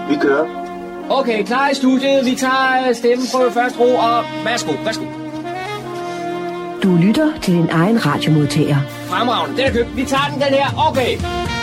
Vi kører. Okay, klar i studiet. Vi tager stemmen på første ro, og værsgo. Du lytter til din egen radiomodtager. Fremragende, den er købt. Vi tager den her. Okay.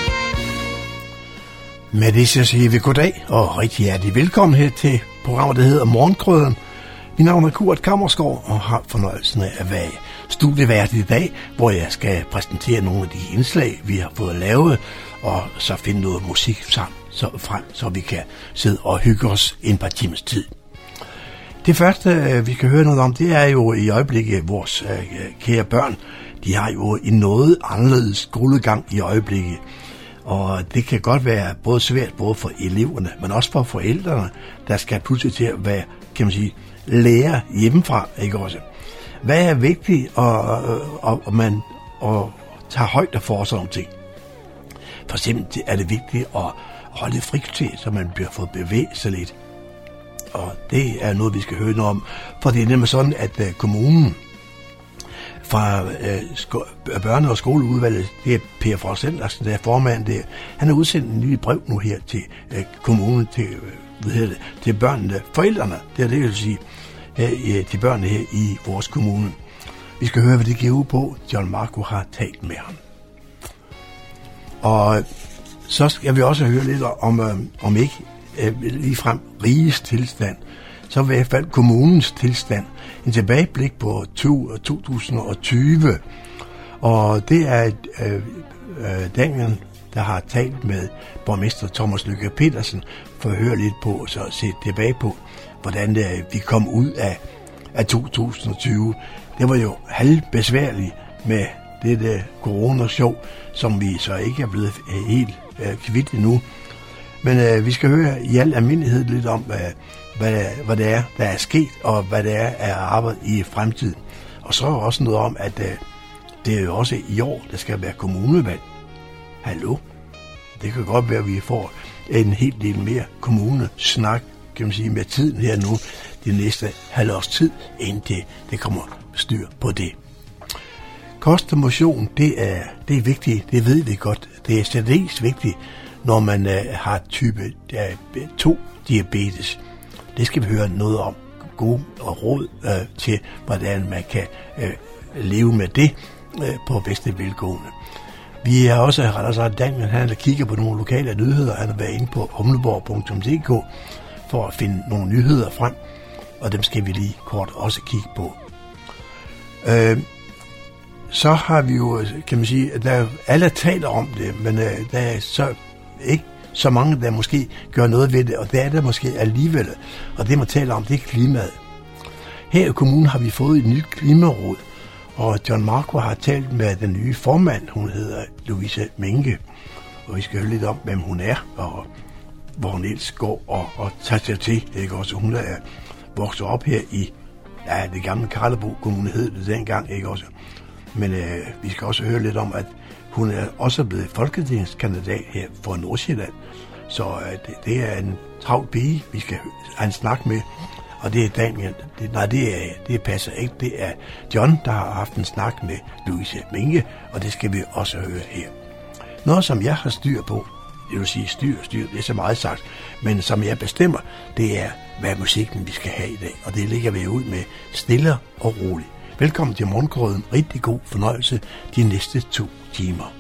Med det så siger vi goddag, og rigtig hjertelig velkommen her til programmet, der hedder Morgenkrøden. Mit navn er Kurt Kammersgaard, og har fornøjelsen af at være studievært i dag, hvor jeg skal præsentere nogle af de indslag, vi har fået lavet, og så finde noget musik sammen frem, så vi kan sidde og hygge os en par timers tid. Det første, vi kan høre noget om, det er jo i øjeblikket vores kære børn. De har jo en noget anderledes skolegang i øjeblikket. Og det kan godt være både svært både for eleverne, men også for forældrene, der skal pludselig til at være, kan man sige, lære hjemmefra, ikke også? Hvad er vigtigt, og man tager højde for sådan nogle ting? For eksempel er det vigtigt at holde lidt frikvarter, så man bliver fået bevæget sig lidt. Og det er noget, vi skal høre noget om, for det er nemlig sådan, at kommunen fra børne- og skoleudvalget, det er Per Frost Henriksen, der er formand der, han har udsendt en ny brev nu her til kommunen, til børnene, forældrene, det vil sige, til børnene her i vores kommune. Vi skal høre, hvad det giver ud på. John Marco har talt med ham. Og så skal vi også høre lidt om ikke ligefrem riges tilstand, så i hvert fald kommunens tilstand. En tilbageblik på 2020. Og det er Daniel, der har talt med borgmester Thomas Lykke Petersen, for at høre lidt på, så se tilbage på, hvordan vi kom ud af 2020. Det var jo halvbesværligt med det coronashow, som vi så ikke er blevet helt kvidt endnu. Men vi skal høre i al almindelighed lidt om, hvad det er, der er sket, og hvad det er at arbejde i fremtiden. Og så også noget om, at det er jo også i år, der skal være kommunevalg. Hallo? Det kan godt være, at vi får en hel del mere kommunesnak, kan man sige, med tiden her nu, de næste halvårs tid, indtil det kommer styr på det. Kost og motion, det er vigtigt, det ved vi godt. Det er særdeles vigtigt, når man har type 2 diabetes. Det skal vi høre noget om. Gode råd til, hvordan man kan leve med det på bedste velgående. Vi har også rettet sig Daniel, han der kigger på nogle lokale nyheder. Han har været inde på humleborg.dk for at finde nogle nyheder frem, og dem skal vi lige kort også kigge på. Så har vi jo, kan man sige, at alle taler om det, men der er så ikke så mange, der måske gør noget ved det, og det er der måske alligevel. Og det, man taler om, det er klimaet. Her i kommunen har vi fået et nyt klimaråd, og John Marco har talt med den nye formand, hun hedder Louise Minke. Og vi skal høre lidt om, hvem hun er, og hvor hun ellers går og tager sig til. Ikke? Også hun er vokset op her i det gamle Karlebo Kommune, hed det dengang, ikke også? Men vi skal også høre lidt om, at hun er også blevet folketingskandidat her for Nordsjælland. Så det er en travl pige, vi skal have en snak med. Og det er Daniel. Det passer ikke. Det er John, der har haft en snak med Louise Minke, og det skal vi også høre her. Noget, som jeg har styr på, det vil sige styr, det er så meget sagt, men som jeg bestemmer, det er, hvad musikken vi skal have i dag. Og det ligger vi ud med stille og roligt. Velkommen til Morgenkrøden. Rigtig god fornøjelse de næste 2 timer.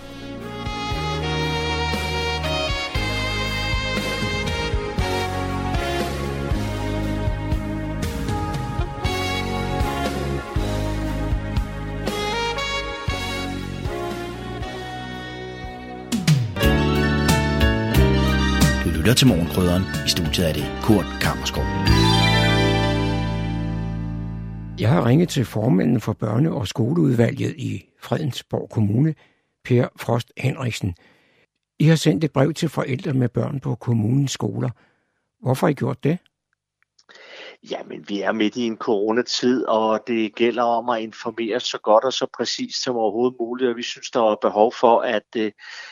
Du lytter til Morgenkrøderen. I studiet er det Kurt Kammersgaard. Jeg har ringet til formanden for børne- og skoleudvalget i Fredensborg Kommune, Per Frost Henriksen. I har sendt et brev til forældre med børn på kommunens skoler. Hvorfor har I gjort det? Jamen, vi er midt i en coronatid, og det gælder om at informere så godt og så præcist som overhovedet muligt, og vi synes, der er behov for, at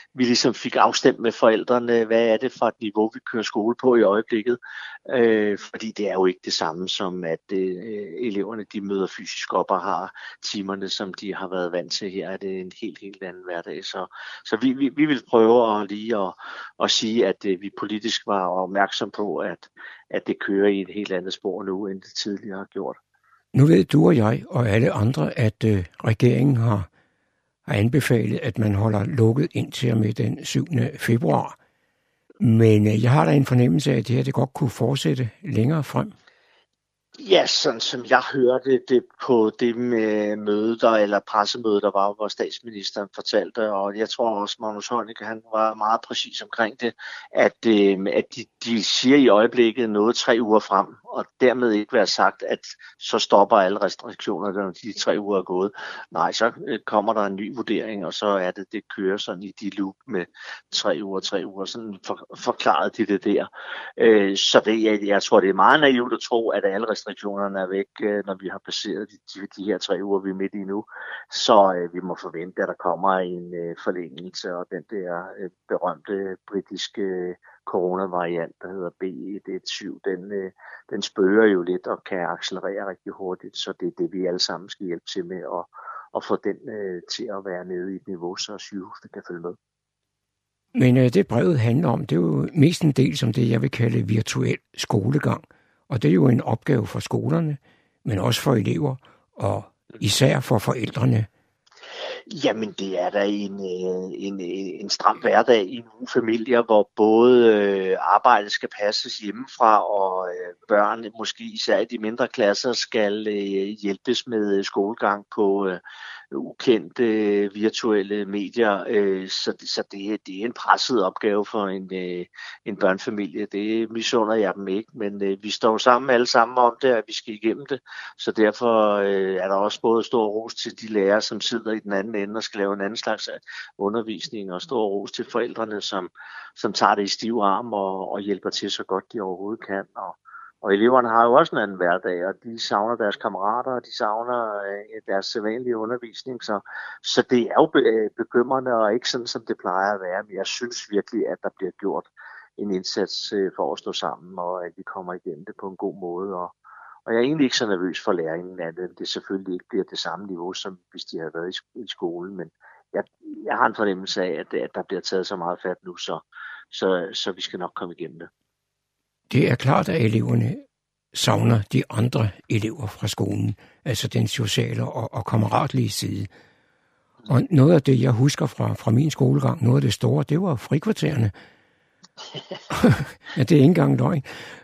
vi ligesom fik afstemt med forældrene, hvad er det for et niveau, vi kører skole på i øjeblikket. Fordi det er jo ikke det samme som, at eleverne de møder fysisk op og har timerne, som de har været vant til. Her er det en helt anden hverdag. Så vi vil prøve at sige, at vi politisk var opmærksom på, at det kører i et helt andet spor nu, end det tidligere har gjort. Nu ved du og jeg og alle andre, at regeringen har anbefalet, at man holder lukket indtil og med den 7. februar. Men jeg har da en fornemmelse af, at det her det godt kunne fortsætte længere frem. Ja, sådan som jeg hørte det på det med mødet eller pressemødet, der var, hvor statsministeren fortalte, og jeg tror også, Magnus Heunicke, han var meget præcis omkring det, at de siger i øjeblikket noget 3 uger frem, og dermed ikke være sagt, at så stopper alle restriktioner, når de 3 uger er gået. Nej, så kommer der en ny vurdering, og så er det kører sådan i de loop med 3 uger, sådan forklaret de det der. Så jeg tror, det er meget naivt at tro, at alle restriktionerne er væk, når vi har passeret de her 3 uger, vi er midt i nu. Så vi må forvente, at der kommer en forlængelse, og den der berømte britiske coronavariant, der hedder B117, den spørger jo lidt og kan accelerere rigtig hurtigt, så det er det, vi alle sammen skal hjælpe til med at få den til at være nede i et niveau, så sygehusene kan følge med. Men det brevet handler om, det er jo mest en del som det, jeg vil kalde virtuel skolegang. Og det er jo en opgave for skolerne, men også for elever, og især for forældrene. Jamen, det er da en stram hverdag i nogle familier, hvor både arbejdet skal passes hjemmefra, og børn, måske især i de mindre klasser, skal hjælpes med skolegang på ukendte virtuelle medier. Så det er en presset opgave for en børnefamilie. Det misunder jeg dem ikke, men vi står sammen alle sammen om det, at vi skal igennem det. Så derfor er der også både stor ros til de lærere, som sidder i den anden ende og skal lave en anden slags undervisning, og stor ros til forældrene, som tager det i stiv arm og hjælper til så godt de overhovedet kan. Og eleverne har jo også en anden hverdag, og de savner deres kammerater, og de savner deres sædvanlige undervisning. Så det er jo bekymrende, og ikke sådan, som det plejer at være. Men jeg synes virkelig, at der bliver gjort en indsats for at stå sammen, og at vi kommer igennem det på en god måde. Og jeg er egentlig ikke så nervøs for læringen, at det selvfølgelig ikke bliver det samme niveau, som hvis de havde været i skolen. Men jeg har en fornemmelse af, at der bliver taget så meget fat nu, så vi skal nok komme igennem det. Det er klart, at eleverne savner de andre elever fra skolen, altså den sociale og kammeratlige side. Og noget af det, jeg husker fra min skolegang, noget af det store, det var frikvartererne. Ja, det er ikke engang løgn.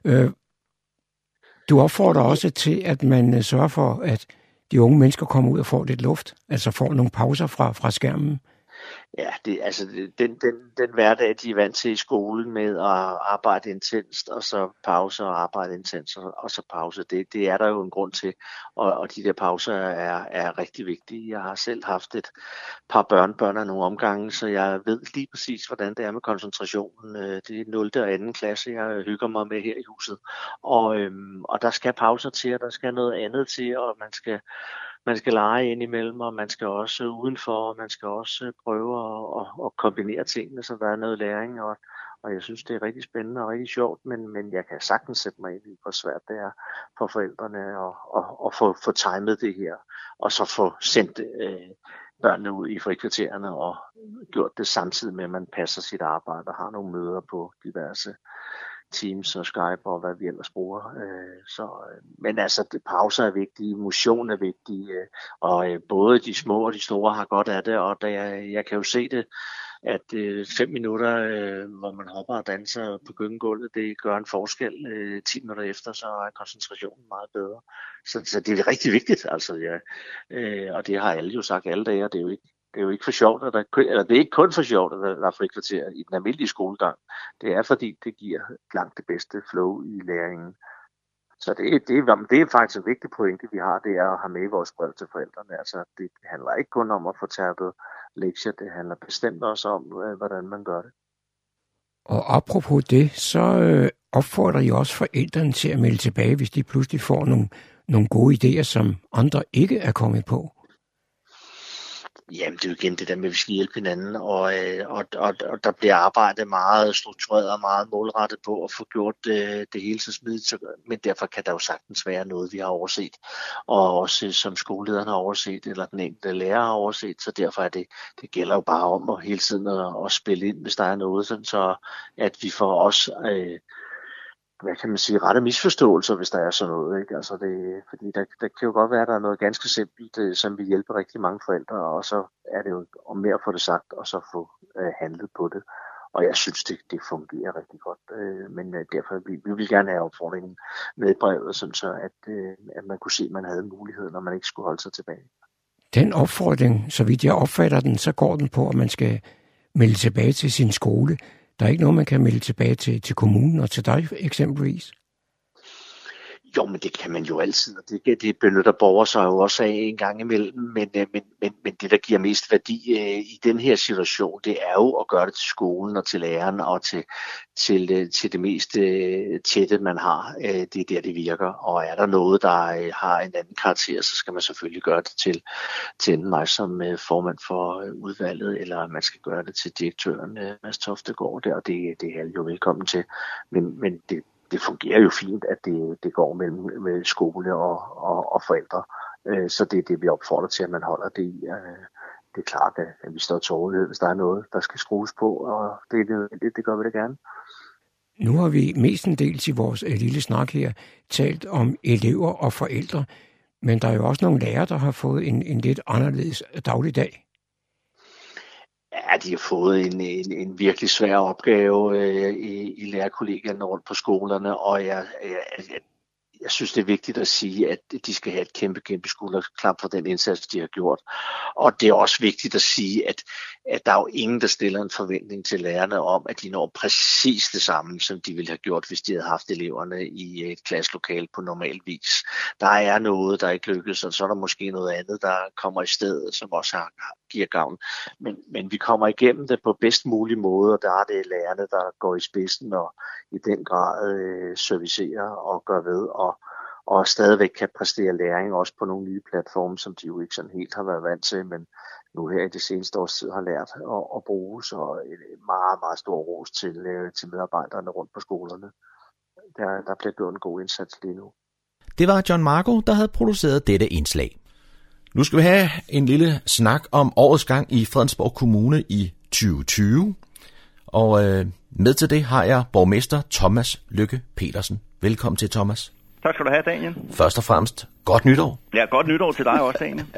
Du opfordrer også til, at man sørger for, at de unge mennesker kommer ud og får lidt luft, altså får nogle pauser fra skærmen. Ja, den hverdag, de er vant til i skolen med at arbejde intenst, og så pause og arbejde intenst, og så pause, det er der jo en grund til, og de der pauser er rigtig vigtige. Jeg har selv haft et par børnebørn af nogle omgange, så jeg ved lige præcis, hvordan det er med koncentrationen. Det er 0. og 2. klasse, jeg hygger mig med her i huset, og der skal pauser til, og der skal noget andet til, og man skal lege ind imellem, og man skal også udenfor, og man skal også prøve at kombinere tingene, så der er noget læring, og jeg synes, det er rigtig spændende og rigtig sjovt, men jeg kan sagtens sætte mig ind i, hvor svært det er for forældrene at få timet det her, og så få sendt børnene ud i frikvartererne og gjort det samtidig med, at man passer sit arbejde og har nogle møder på diverse Teams og Skype og hvad vi ellers bruger. Men altså, pauser er vigtige, motion er vigtig, og både de små og de store har godt af det, og jeg kan jo se det, at 5 minutter, hvor man hopper og danser på gyngegulvet, det gør en forskel. 10 minutter efter, så er koncentrationen meget bedre. Så det er rigtig vigtigt, altså, ja. Og det har alle jo sagt alle dage, og det er jo ikke for sjovt, eller det er ikke kun for sjovt, at der er frikvarter i den almindelige skolegang. Det er fordi, det giver langt det bedste flow i læringen. Så det er faktisk en vigtig pointe, vi har, det er at have med i vores brev til forældrene. Altså, det handler ikke kun om at få tærpet lektier, det handler bestemt også om, hvordan man gør det. Og apropos det, så opfordrer I også forældrene til at melde tilbage, hvis de pludselig får nogle gode idéer, som andre ikke er kommet på. Jamen, det er jo igen det der med, at vi skal hjælpe hinanden, og der bliver arbejdet meget struktureret og meget målrettet på at få gjort det hele så smidigt, men derfor kan der jo sagtens være noget, vi har overset, og også som skolelederne har overset, eller den enkelte lærer har overset, så derfor er det gælder jo bare om at hele tiden at spille ind, hvis der er noget, sådan så at vi får også hvad kan man sige, rette misforståelser, hvis der er sådan noget, ikke? Altså fordi der kan jo godt være, at der er noget ganske simpelt, som vi hjælper rigtig mange forældre, og så er det jo om mere at få det sagt, og så få handlet på det. Og jeg synes, det fungerer rigtig godt, men derfor vi vil gerne have opfordringen med i brevet, sådan så at man kunne se, at man havde muligheden, når man ikke skulle holde sig tilbage. Den opfordring, så vidt jeg opfatter den, så går den på, at man skal melde tilbage til sin skole. Der er ikke noget, man kan melde tilbage til kommunen og til dig eksempelvis? Jo, men det kan man jo altid, og det benytter borgere sig jo også af en gang imellem, men det, der giver mest værdi i den her situation, det er jo at gøre det til skolen og til læreren og til det mest tætte, man har. Det er der, det virker, og er der noget, der har en anden karakter, så skal man selvfølgelig gøre det til enten mig som formand for udvalget, eller man skal gøre det til direktøren Mads Toftegaard der, og det er alle jo velkommen til, men det fungerer jo fint, at det går mellem skole og forældre. Så det er det, vi opfordrer til, at man holder det i. Det er klart, at vi står til rådighed, hvis der er noget, der skal skrues på, og det gør vi da gerne. Nu har vi mestendels i vores lille snak her talt om elever og forældre, men der er jo også nogle lærere, der har fået en lidt anderledes dagligdag. Ja, de har fået en virkelig svær opgave i lærerkollegierne rundt på skolerne, og jeg synes, det er vigtigt at sige, at de skal have et kæmpe skulderklap for den indsats, de har gjort. Og det er også vigtigt at sige, at der er jo ingen, der stiller en forventning til lærerne om, at de når præcis det samme, som de ville have gjort, hvis de havde haft eleverne i et klasselokale på normal vis. Der er noget, der ikke lykkes, og så er der måske noget andet, der kommer i stedet, som også giver gavn. Men vi kommer igennem det på bedst mulig måde, og der er det lærerne, der går i spidsen og i den grad servicerer og gør ved, og stadigvæk kan præstere læring også på nogle nye platforme, som de jo ikke sådan helt har været vant til, men nu her i det seneste års tid har lært at bruge, så en meget, meget stor ros til medarbejderne rundt på skolerne. Der bliver gjort en god indsats lige nu. Det var John Marco, der havde produceret dette indslag. Nu skal vi have en lille snak om årets gang i Fredensborg Kommune i 2020. Og med til det har jeg borgmester Thomas Lykke Petersen. Velkommen til, Thomas. Tak skal du have, Daniel. Først og fremmest, godt nytår. Ja, godt nytår til dig også, Daniel.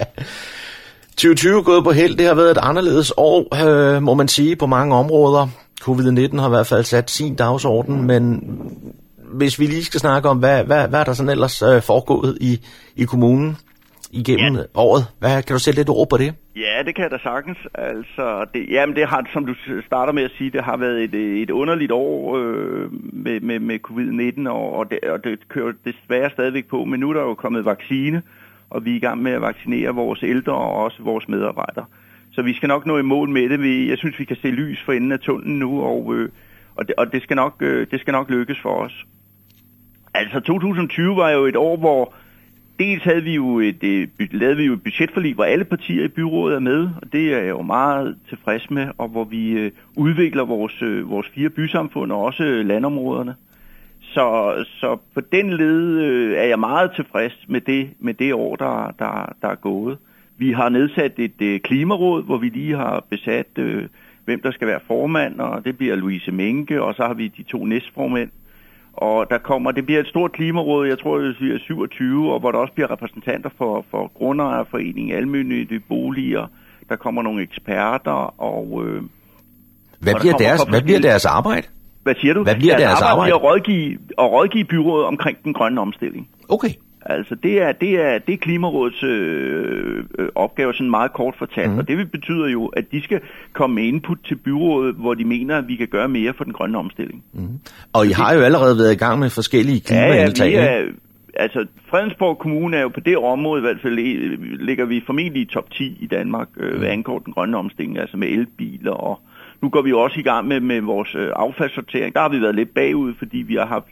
2020 gået på held. Det har været et anderledes år, må man sige, på mange områder. Covid-19 har i hvert fald sat sin dagsorden, men hvis vi lige skal snakke om, hvad er der sådan ellers foregået i kommunen igennem året? Kan du sætte lidt ord på det? Ja, det kan jeg da sagtens. Altså, det har, som du starter med at sige, det har været et underligt år med covid-19, og det kører desværre stadigvæk på, men nu er der jo kommet vaccine, og vi er i gang med at vaccinere vores ældre og også vores medarbejdere. Så vi skal nok nå i mål med det. Jeg synes, vi kan se lys for enden af tunnelen nu, og det skal nok lykkes for os. Altså, 2020 var jo et år, hvor dels lavede vi jo et budgetforlig, hvor alle partier i byrådet er med, og det er jeg jo meget tilfreds med, og hvor vi udvikler vores 4 bysamfund og også landområderne. Så på den led er jeg meget tilfreds med det år, der er gået. Vi har nedsat et klimaråd, hvor vi lige har besat, hvem der skal være formand, og det bliver Louise Menke, og så har vi de 2 næstformænd. Og det bliver et stort klimaråd, jeg tror det bliver 27, og hvor der også bliver repræsentanter for grundejerforeningen, almennyttige boliger. Der kommer nogle eksperter, og hvad bliver deres arbejde? Hvad siger du? Hvad bliver deres arbejde? Bliver at rådgive byrådet omkring den grønne omstilling. Okay. Altså det er Klimarådets opgave, sådan meget kort fortalt, og det betyder jo, at de skal komme med input til byrådet, hvor de mener, at vi kan gøre mere for den grønne omstilling. Og I har jo allerede været i gang med forskellige klimatiltag. Altså Fredensborg Kommune er jo på det område, i hvert fald ligger vi formentlig i top 10 i Danmark, hvad angår den grønne omstilling, altså med elbiler, og nu går vi jo også i gang med vores affaldssortering. Der har vi været lidt bagud, fordi vi har haft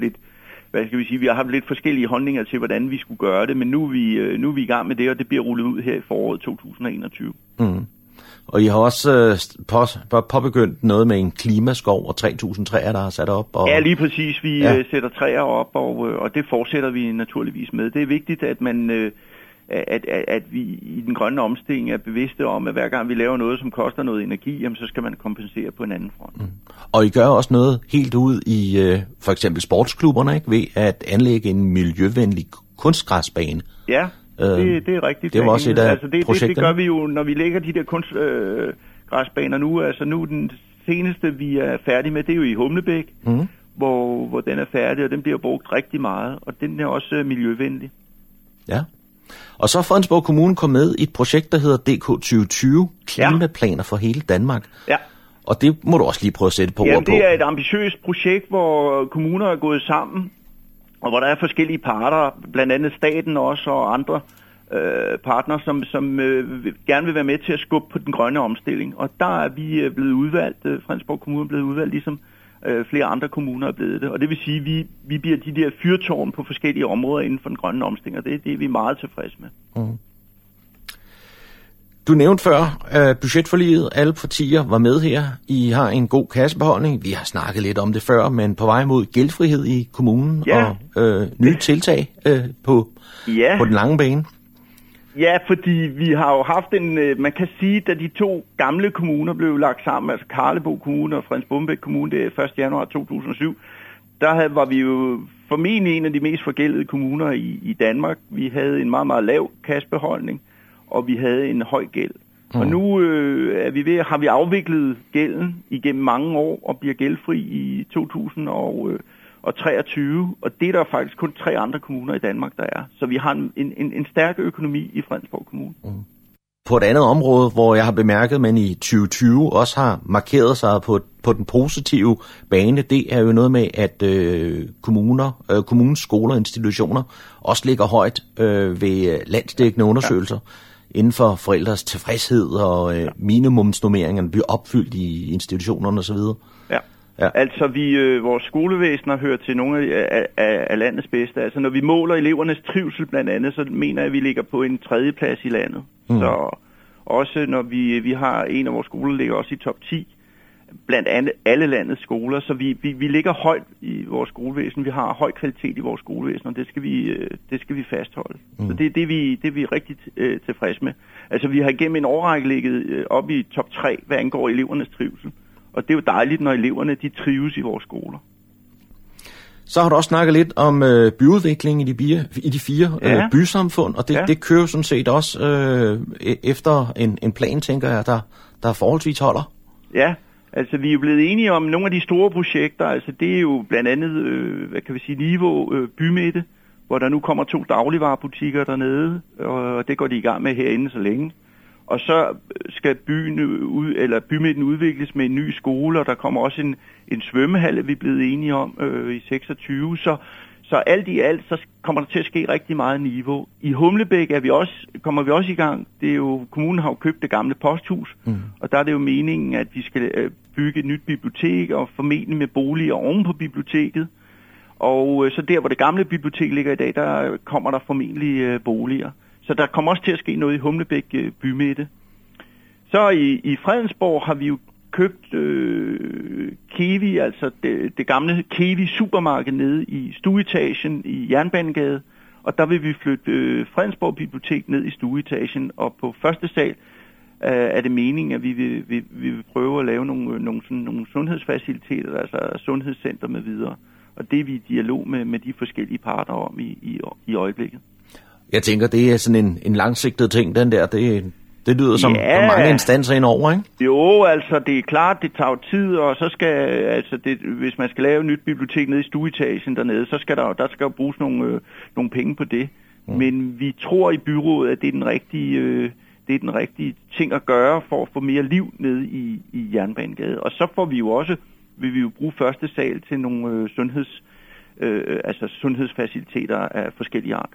lidt forskellige holdninger til, hvordan vi skulle gøre det, men nu er vi i gang med det, og det bliver rullet ud her i foråret 2021. Og I har også påbegyndt noget med en klimaskov og 3.000 træer, der er sat op. Og... Ja, lige præcis. Vi sætter træer op, og det fortsætter vi naturligvis med. Det er vigtigt, at man... At vi i den grønne omstilling er bevidste om, at hver gang vi laver noget, som koster noget energi, jamen, så skal man kompensere på en anden front. Og I gør også noget helt ud i for eksempel sportsklubberne, ikke? Ved at anlægge en miljøvenlig kunstgræsbane. Ja, det er rigtigt. Det var også et af projekterne. Det gør vi jo, når vi lægger de der kunstgræsbaner nu. Altså nu den seneste, vi er færdige med, det er jo i Humlebæk, hvor den er færdig, og den bliver brugt rigtig meget, og den er også miljøvenlig. Ja. Og så er Fredensborg Kommune kommet med i et projekt, der hedder DK 2020, klimaplaner for hele Danmark. Ja. Og det må du også lige prøve at sætte på ord på. Det er et ambitiøst projekt, hvor kommuner er gået sammen, og hvor der er forskellige parter, blandt andet staten også og andre partnere, som gerne vil være med til at skubbe på den grønne omstilling. Og der er vi blevet udvalgt, Fredensborg Kommune er blevet udvalgt, ligesom flere andre kommuner er blevet det. Og det vil sige, at vi bliver de der fyrtårn på forskellige områder inden for den grønne omstilling, og det er vi meget tilfredse med. Du nævnte før budgetforliget. Alle partier var med her. I har en god kassebeholdning. Vi har snakket lidt om det før, men på vej mod gældfrihed i kommunen og nye tiltag på den lange bane. Ja, fordi vi har jo haft man kan sige, da de to gamle kommuner blev lagt sammen, altså Karlebo Kommune og Fredensborg Kommune, det er 1. januar 2007, der var vi jo formentlig en af de mest forgældede kommuner i Danmark. Vi havde en meget, meget lav kassebeholdning, og vi havde en høj gæld. Og nu har vi afviklet gælden igennem mange år og bliver gældfri i 2023, og det er der faktisk kun 3 andre kommuner i Danmark, der er. Så vi har en stærk økonomi i Fredensborg Kommune. På et andet område, hvor jeg har bemærket, at man i 2020 også har markeret sig på den positive bane, det er jo noget med, at kommunens skoler og institutioner også ligger højt ved landsdækkende undersøgelser inden for forældres tilfredshed, og minimumsnormeringerne bliver opfyldt i institutionerne osv. Ja, altså vores skolevæsener hører til nogle af landets bedste. Altså når vi måler elevernes trivsel blandt andet, så mener jeg, at vi ligger på en 3. plads i landet. Så også når vi har en af vores skoler, ligger også i top 10 blandt alle landets skoler. Så vi ligger højt i vores skolevæsen. Vi har høj kvalitet i vores skolevæsen, og det skal vi fastholde. Så det er vi rigtig tilfredse med. Altså vi har igennem en årrække ligget op i top 3, hvad angår elevernes trivsel. Og det er jo dejligt, når eleverne de trives i vores skoler. Så har du også snakket lidt om byudvikling i de 4 bysamfund, og det kører jo sådan set også efter en plan, tænker jeg, der forholdsvis holder. Ja, altså vi er jo blevet enige om nogle af de store projekter. Altså det er jo blandt andet, Niveau Bymidte, hvor der nu kommer 2 dagligvarebutikker dernede, og det går de i gang med herinde så længe. Og så skal bymidten udvikles med en ny skole, og der kommer også en svømmehal, vi er blevet enige om i 26. Så alt i alt, så kommer der til at ske rigtig meget niveau. I Humlebæk kommer vi også i gang. Det er jo, kommunen har jo købt det gamle posthus, og der er det jo meningen, at vi skal bygge et nyt bibliotek, og formentlig med boliger oven på biblioteket. Og så der, hvor det gamle bibliotek ligger i dag, der kommer der formentlig boliger. Så der kommer også til at ske noget i Humlebæk bymidte. Så i Fredensborg har vi jo købt Kiwi, altså det gamle Kiwi supermarked nede i stueetagen i Jernbanegade. Og der vil vi flytte Fredensborg Bibliotek ned i stueetagen, og på første sal er det meningen, at vi vil prøve at lave nogle sundhedsfaciliteter, altså sundhedscenter med videre. Og det er vi i dialog med de forskellige parter om i øjeblikket. Jeg tænker, det er sådan en langsigtet ting, den der. Det lyder som mange instanser indover, ikke? Jo, altså det er klart, det tager jo tid, og så skal, hvis man skal lave et nyt bibliotek nede i stueetagen dernede, så skal der skal bruges nogle penge på det. Men vi tror i byrådet, at det er den rigtige ting at gøre for at få mere liv nede i Jernbanegade. Og så vil vi jo bruge første sal til nogle sundhedsfaciliteter af forskellige art.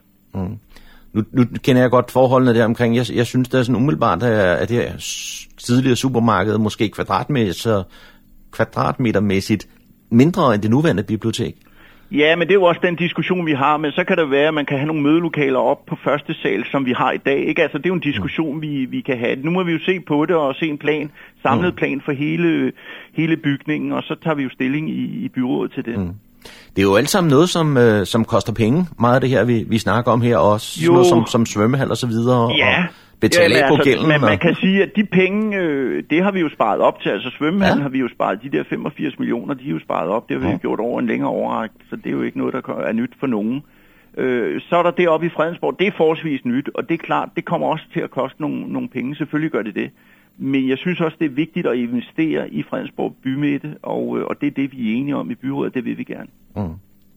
Nu kender jeg godt forholdene der omkring. Jeg synes, det er sådan umiddelbart, at det her tidligere supermarked måske kvadratmetermæssigt mindre end det nuværende bibliotek. Ja, men det er jo også den diskussion, vi har, men så kan det være, at man kan have nogle mødelokaler op på første sal, som vi har i dag, ikke? Altså, det er jo en diskussion, vi kan have. Nu må vi jo se på det og se en plan, samlet plan for hele bygningen, og så tager vi jo stilling i byrådet til det. Mm. Det er jo alt sammen noget, som koster penge, meget af det her, vi snakker om her, også noget som svømmehal og så videre, ja. Og betale af på gælden. Men man kan sige, at de penge, det har vi jo sparet op til, altså svømmehallen har vi jo sparet, de der 85 millioner, de er jo sparet op, det har vi gjort over en længere overrække, så det er jo ikke noget, der er nyt for nogen. Så er der deroppe i Fredensborg, det er forholdsvis nyt, og det er klart, det kommer også til at koste nogle penge, selvfølgelig gør det. Men jeg synes også, det er vigtigt at investere i Fredensborg bymidte, og det er det, vi er enige om i byrådet, det vil vi gerne. Mm.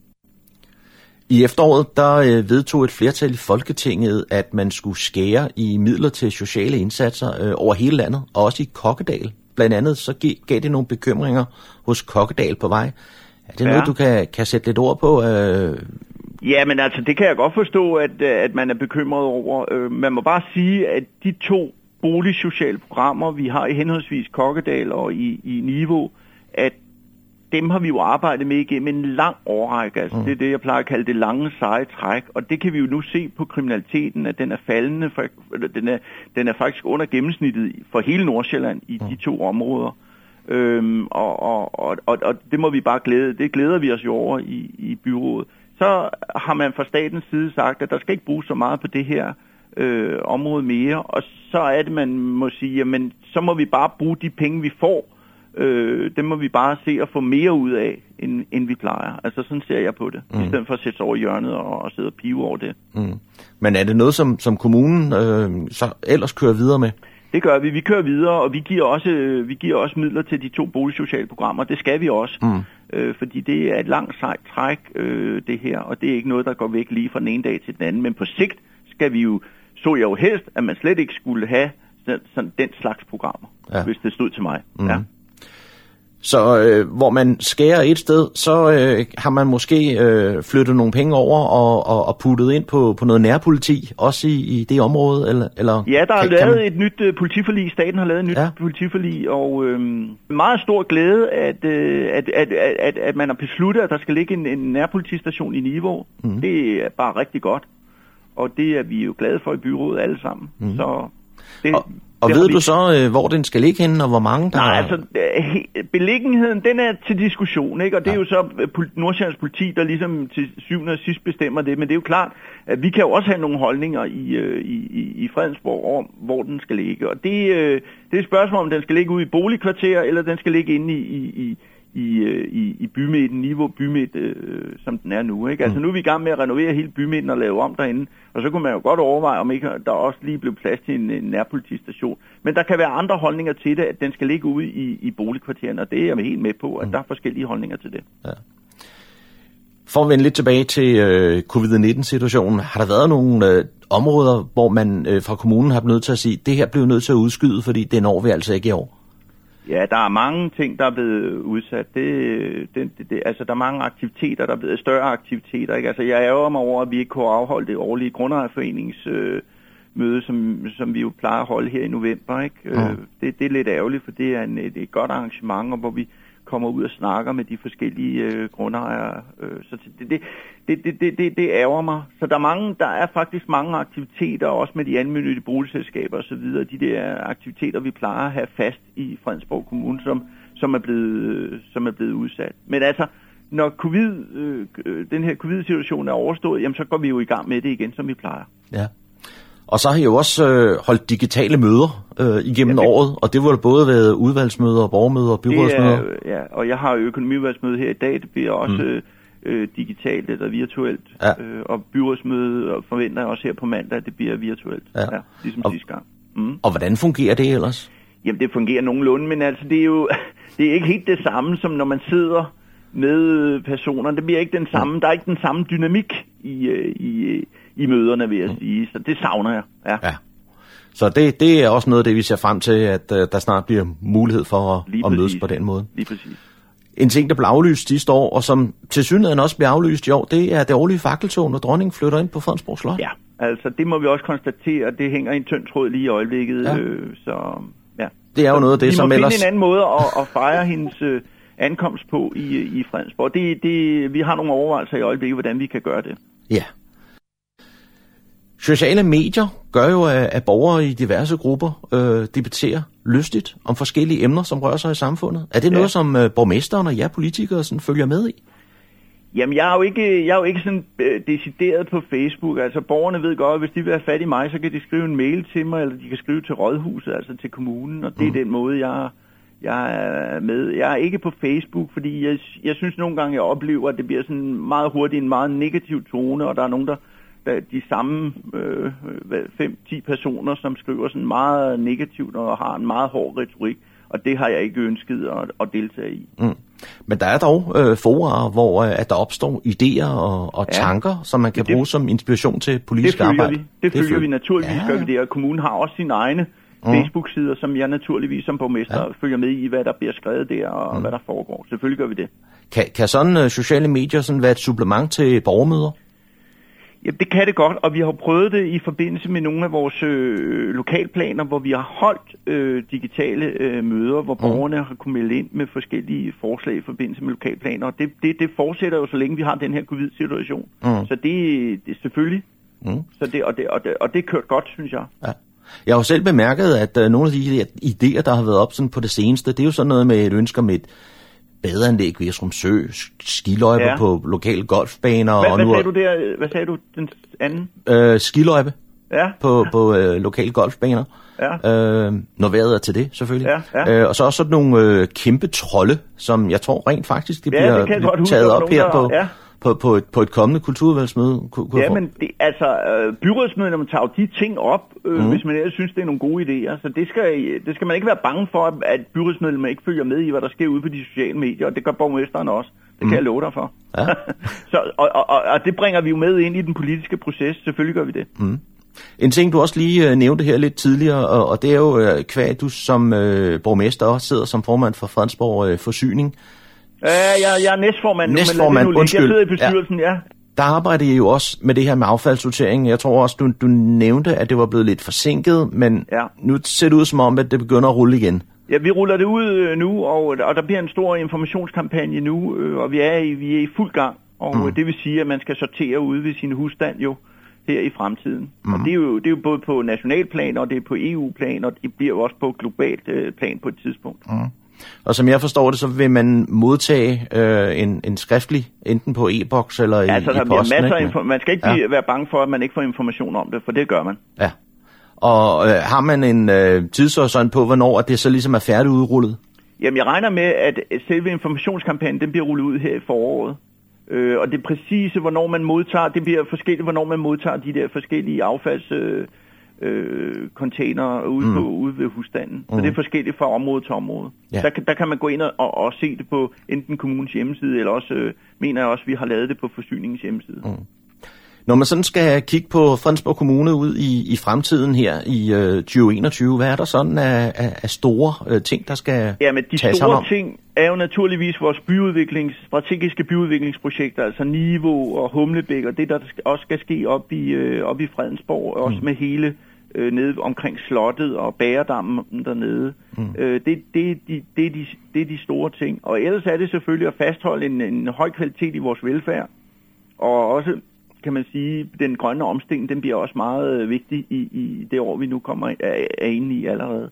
I efteråret, der vedtog et flertal i Folketinget, at man skulle skære i midler til sociale indsatser over hele landet, og også i Kokkedal. Blandt andet så gav det nogle bekymringer hos Kokkedal på vej. Er det noget, du kan sætte lidt ord på? Ja, men altså, det kan jeg godt forstå, at man er bekymret over. Man må bare sige, at de 2 boligsociale programmer, vi har i henholdsvis Kokkedal og i Niveau, at dem har vi jo arbejdet med igennem en lang årrække. Altså, det er det, jeg plejer at kalde det lange, seje træk. Og det kan vi jo nu se på kriminaliteten, at den er faldende. Den er faktisk under gennemsnittet for hele Nordsjælland i de 2 områder. Og det må vi bare det glæder vi os jo over i byrådet. Så har man fra statens side sagt, at der skal ikke bruges så meget på det her område mere. Og så er det, man må sige, jamen, så må vi bare bruge de penge, vi får. Det må vi bare se at få mere ud af, end vi plejer. Altså sådan ser jeg på det, i stedet for at sætte sig over hjørnet og sidde og pive over det. Mm. Men er det noget, som kommunen så ellers kører videre med? Det gør vi. Vi kører videre, og vi giver også midler til de 2 boligsociale programmer. Det skal vi også, fordi det er et langt sejt træk, det her, og det er ikke noget, der går væk lige fra den ene dag til den anden. Men på sigt skal vi jo, så jeg jo helst, at man slet ikke skulle have sådan den slags programmer, hvis det stod til mig. Mm. Ja. Så hvor man skærer et sted, så har man måske flyttet nogle penge over og puttet ind på noget nærpoliti, også i det område? Eller ja, der er lavet et nyt politiforlig. Staten har lavet et nyt politiforlig, og meget stor glæde, at man har besluttet, at der skal ligge en nærpolitistation i Niveau. Mm. Det er bare rigtig godt, og det er vi jo glade for i byrådet alle sammen. Mm. Så det... Og ved du så, hvor den skal ligge henne, og hvor mange der... Nej, altså, beliggenheden, den er til diskussion, ikke? Og det er jo så Nordsjællands politi, der ligesom til syvende og sidst bestemmer det. Men det er jo klart, at vi kan jo også have nogle holdninger i Fredensborg om, hvor den skal ligge. Og det er et spørgsmål, om den skal ligge ude i boligkvarter, eller den skal ligge inde i bymidten, Niveau bymidt, som den er nu, ikke? Altså nu er vi i gang med at renovere hele bymidten og lave om derinde, og så kunne man jo godt overveje, om ikke der også lige blev plads til en nærpolitistation. Men der kan være andre holdninger til det, at den skal ligge ude i boligkvarteren, og det er jeg helt med på, at der er forskellige holdninger til det. Ja. For at vende lidt tilbage til covid-19-situationen, har der været nogle områder, hvor man fra kommunen har nødt til at sige, det her bliver nødt til at udskyde, fordi det når vi altså ikke i år? Ja, der er mange ting, der er blevet udsat. Altså, der er mange aktiviteter, der er blevet større aktiviteter, ikke? Altså, jeg ærger mig over, at vi ikke kunne afholde det årlige grundejerforeningsmøde, som vi jo plejer at holde her i november, ikke? Det er lidt ærgerligt, for det er et godt arrangement, hvor vi kommer ud og snakker med de forskellige grundejere. Så det ærger mig. Så der er faktisk mange aktiviteter, også med de almennyttige boligselskaber og så videre. De der aktiviteter, vi plejer at have fast i Fredensborg Kommune, som er blevet udsat. Men altså, når den her covid-situation er overstået, jamen så går vi jo i gang med det igen, som vi plejer. Ja. Og så har I jo også holdt digitale møder igennem året, og det var både været udvalgsmøder, borgermøder og byrådsmøder. Ja, og jeg har økonomiudvalgsmøde her i dag, det bliver også digitalt eller virtuelt, og byrådsmøde og forventer jeg også her på mandag, at det bliver virtuelt, ligesom sidste gang. Mm. Og hvordan fungerer det ellers? Jamen det fungerer nogenlunde, men altså det er jo det er ikke helt det samme, som når man sidder med personer. Det bliver ikke den samme, der er ikke den samme dynamik i møderne, vil jeg sige. Så det savner jeg. Ja. Så det er også noget af det, vi ser frem til, at der snart bliver mulighed for at mødes på den måde. Lige præcis. En ting, der blev aflyst sidste år, og som tilsyneladende også bliver aflyst i år, det er det årlige fakkeltog, når dronningen flytter ind på Fredensborg Slot. Ja, altså det må vi også konstatere, det hænger i en tynd tråd lige i øjeblikket. Så ja. Det er jo noget af det, som ellers... Vi må finde en anden måde at fejre ankomst på i Fredensborg. Vi har nogle overvejelser i øjeblikket, hvordan vi kan gøre det. Ja. Sociale medier gør jo, at borgere i diverse grupper debatterer lystigt om forskellige emner, som rører sig i samfundet. Er det noget, som borgmesteren og jer politikere sådan følger med i? Jamen, jeg er jo ikke sådan decideret på Facebook. Altså, borgerne ved godt, at hvis de vil have fat i mig, så kan de skrive en mail til mig, eller de kan skrive til rådhuset, altså til kommunen, og det er den måde, jeg er med. Jeg er ikke på Facebook, fordi jeg synes nogle gange, jeg oplever, at det bliver sådan meget hurtigt en meget negativ tone, og der er nogen, der de samme 5-10 personer, som skriver sådan meget negativt og har en meget hård retorik, og det har jeg ikke ønsket at deltage i. Men der er dog fora, hvor at der opstår idéer og tanker, som man kan bruge som inspiration til politisk arbejde. Det følger vi naturligvis, gør vi det, og kommunen har også sine egne Facebook-sider, som jeg naturligvis som borgmester følger med i, hvad der bliver skrevet der, og hvad der foregår. Selvfølgelig gør vi det. Kan sådan sociale medier sådan være et supplement til borgermøder? Ja, det kan det godt, og vi har prøvet det i forbindelse med nogle af vores lokalplaner, hvor vi har holdt digitale møder, hvor borgerne har kunnet melde ind med forskellige forslag i forbindelse med lokalplaner. Og det fortsætter jo, så længe vi har den her covid-situation. Så det er selvfølgelig. Så det er kørt godt, synes jeg. Ja. Jeg har jo selv bemærket, at nogle af de idéer, der har været op sådan på det seneste, det er jo sådan noget med et ønske om et badeanlæg ved Esrum Sø, skiløjper på lokale golfbaner. Hvad sagde du den anden? Skiløjpe på lokale golfbaner. Når vejret er til det, selvfølgelig. Og så også sådan nogle kæmpe trolde, som jeg tror rent faktisk, det bliver taget op her på et kommende kulturudvalgsmøde. Men byrådsmedlemmer tager jo de ting op, hvis man ellers synes, det er nogle gode idéer. Så det skal man ikke være bange for, at byrådsmedlemmer ikke følger med i, hvad der sker ude på de sociale medier, og det gør borgmesteren også. Det kan jeg love dig for. Ja. og det bringer vi jo med ind i den politiske proces. Selvfølgelig gør vi det. En ting, du også lige nævnte her lidt tidligere, og det er jo kvad, du som borgmester også sidder som formand for Fredensborg Forsyning. Jeg er næstformand. Næstformand, undskyld. Jeg sidder i bestyrelsen, Der arbejder I jo også med det her med affaldssortering. Jeg tror også, du nævnte, at det var blevet lidt forsinket, men nu ser det ud som om, at det begynder at rulle igen. Ja, vi ruller det ud nu, og der bliver en stor informationskampagne nu, og vi er i fuld gang. Og det vil sige, at man skal sortere ude ved sin husstand jo her i fremtiden. Og det er jo både på nationalplan, og det er på EU-plan, og det bliver jo også på globalt plan på et tidspunkt. Og som jeg forstår det, så vil man modtage en skriftlig, enten på e-boks eller i posten. Der bliver masser af man skal ikke være bange for, at man ikke får information om det, for det gør man. Ja. Og har man en tidshorisont på, hvornår det så ligesom er færdigudrullet? Jamen, jeg regner med, at selve informationskampagnen, den bliver rullet ud her i foråret. Og det præcise, hvornår man modtager, det bliver forskelligt, hvornår man modtager de der forskellige affalds container ude ved husstanden. Så det er forskelligt fra område til område. Ja. Der kan man gå ind og se det på enten kommunens hjemmeside, eller også, mener jeg også, vi har lavet det på forsyningens hjemmeside. Når man sådan skal kigge på Fredensborg Kommune ud i fremtiden her i 2021, hvad er der sådan af store ting, der skal tages hånd om? De store ting er jo naturligvis vores strategiske byudviklingsprojekter, altså Niveau og Humlebæk, og det der også skal ske op i Fredensborg, også med hele nede omkring slottet og Bagerdammen dernede. Det er de store ting. Og ellers er det selvfølgelig at fastholde en høj kvalitet i vores velfærd, og også kan man sige, den grønne omstilling, den bliver også meget vigtig i det år, vi nu er inde i allerede.